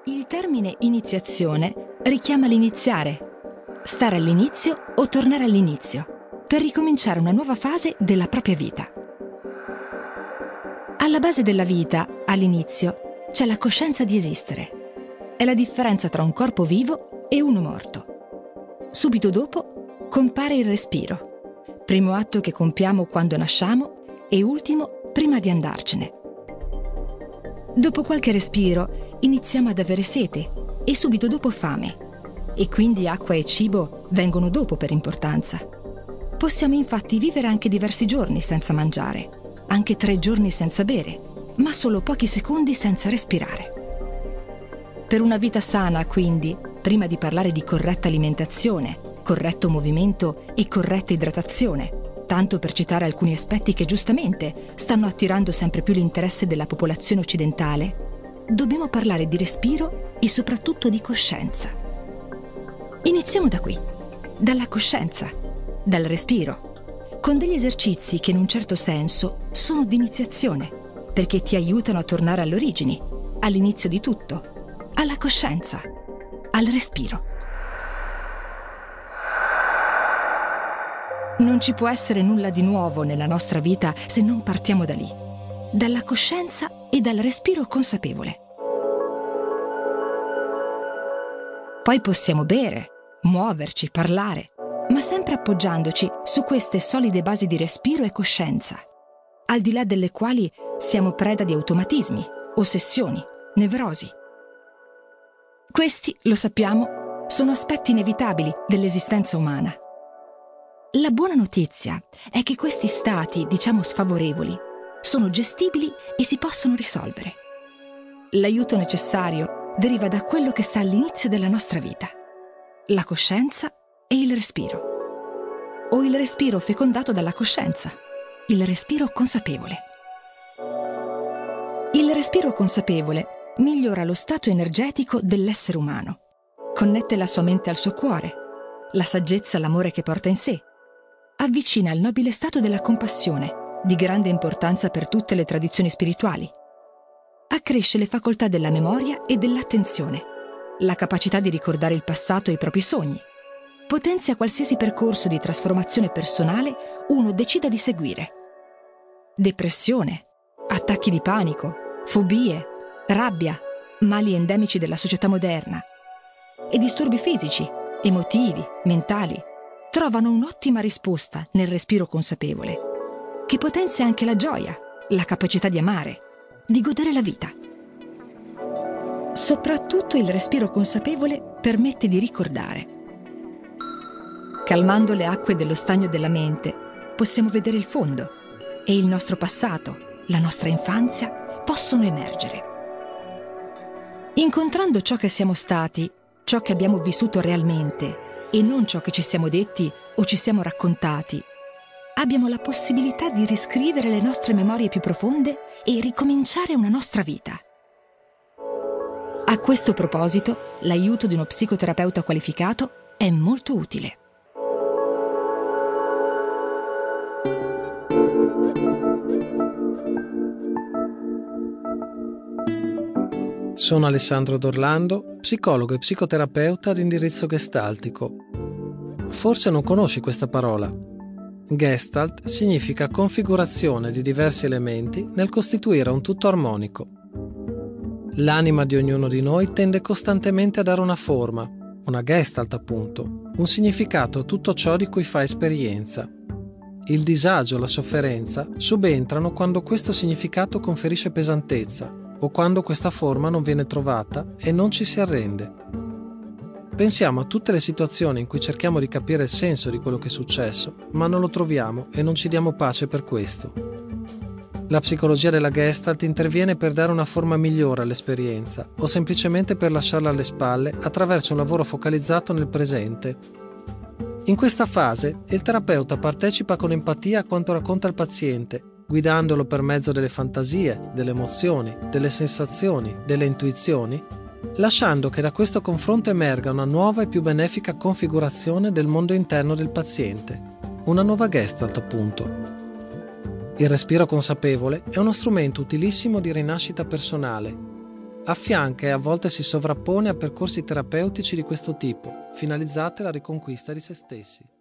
Il termine iniziazione richiama l'iniziare, stare all'inizio o tornare all'inizio, per ricominciare una nuova fase della propria vita. Alla base della vita, all'inizio, c'è la coscienza di esistere. È la differenza tra un corpo vivo e uno morto. Subito dopo compare il respiro, primo atto che compiamo quando nasciamo e ultimo prima di andarcene. Dopo qualche respiro iniziamo ad avere sete e subito dopo fame, e quindi acqua e cibo vengono dopo per importanza. Possiamo infatti vivere anche diversi giorni senza mangiare, anche 3 giorni senza bere, ma solo pochi secondi senza respirare. Per una vita sana, quindi, prima di parlare di corretta alimentazione, corretto movimento e corretta idratazione, tanto per citare alcuni aspetti che giustamente stanno attirando sempre più l'interesse della popolazione occidentale, dobbiamo parlare di respiro e soprattutto di coscienza. Iniziamo da qui, dalla coscienza, dal respiro, con degli esercizi che in un certo senso sono di iniziazione, perché ti aiutano a tornare alle origini, all'inizio di tutto, alla coscienza, al respiro. Non ci può essere nulla di nuovo nella nostra vita se non partiamo da lì, dalla coscienza e dal respiro consapevole. Poi possiamo bere, muoverci, parlare, ma sempre appoggiandoci su queste solide basi di respiro e coscienza, al di là delle quali siamo preda di automatismi, ossessioni, nevrosi. Questi, lo sappiamo, sono aspetti inevitabili dell'esistenza umana. La buona notizia è che questi stati, diciamo sfavorevoli, sono gestibili e si possono risolvere. L'aiuto necessario deriva da quello che sta all'inizio della nostra vita, la coscienza e il respiro. O il respiro fecondato dalla coscienza, il respiro consapevole. Il respiro consapevole migliora lo stato energetico dell'essere umano, connette la sua mente al suo cuore, la saggezza all'amore che porta in sé, avvicina al nobile stato della compassione, di grande importanza per tutte le tradizioni spirituali. Accresce le facoltà della memoria e dell'attenzione, la capacità di ricordare il passato e i propri sogni. Potenzia qualsiasi percorso di trasformazione personale uno decida di seguire. Depressione, attacchi di panico, fobie, rabbia, mali endemici della società moderna e disturbi fisici, emotivi, mentali, trovano un'ottima risposta nel respiro consapevole, che potenzia anche la gioia, la capacità di amare, di godere la vita. Soprattutto il respiro consapevole permette di ricordare. Calmando le acque dello stagno della mente, possiamo vedere il fondo e il nostro passato, la nostra infanzia, possono emergere. Incontrando ciò che siamo stati, ciò che abbiamo vissuto realmente, e non ciò che ci siamo detti o ci siamo raccontati, abbiamo la possibilità di riscrivere le nostre memorie più profonde e ricominciare una nostra vita. A questo proposito, l'aiuto di uno psicoterapeuta qualificato è molto utile. Sono Alessandro D'Orlando, psicologo e psicoterapeuta ad indirizzo gestaltico. Forse non conosci questa parola. Gestalt significa configurazione di diversi elementi nel costituire un tutto armonico. L'anima di ognuno di noi tende costantemente a dare una forma, una gestalt appunto, un significato a tutto ciò di cui fa esperienza. Il disagio, la sofferenza subentrano quando questo significato conferisce pesantezza o quando questa forma non viene trovata e non ci si arrende. Pensiamo a tutte le situazioni in cui cerchiamo di capire il senso di quello che è successo, ma non lo troviamo e non ci diamo pace per questo. La psicologia della Gestalt interviene per dare una forma migliore all'esperienza o semplicemente per lasciarla alle spalle attraverso un lavoro focalizzato nel presente. In questa fase, il terapeuta partecipa con empatia a quanto racconta il paziente, guidandolo per mezzo delle fantasie, delle emozioni, delle sensazioni, delle intuizioni, lasciando che da questo confronto emerga una nuova e più benefica configurazione del mondo interno del paziente, una nuova Gestalt appunto. Il respiro consapevole è uno strumento utilissimo di rinascita personale. affianca e a volte si sovrappone a percorsi terapeutici di questo tipo, finalizzati alla riconquista di se stessi.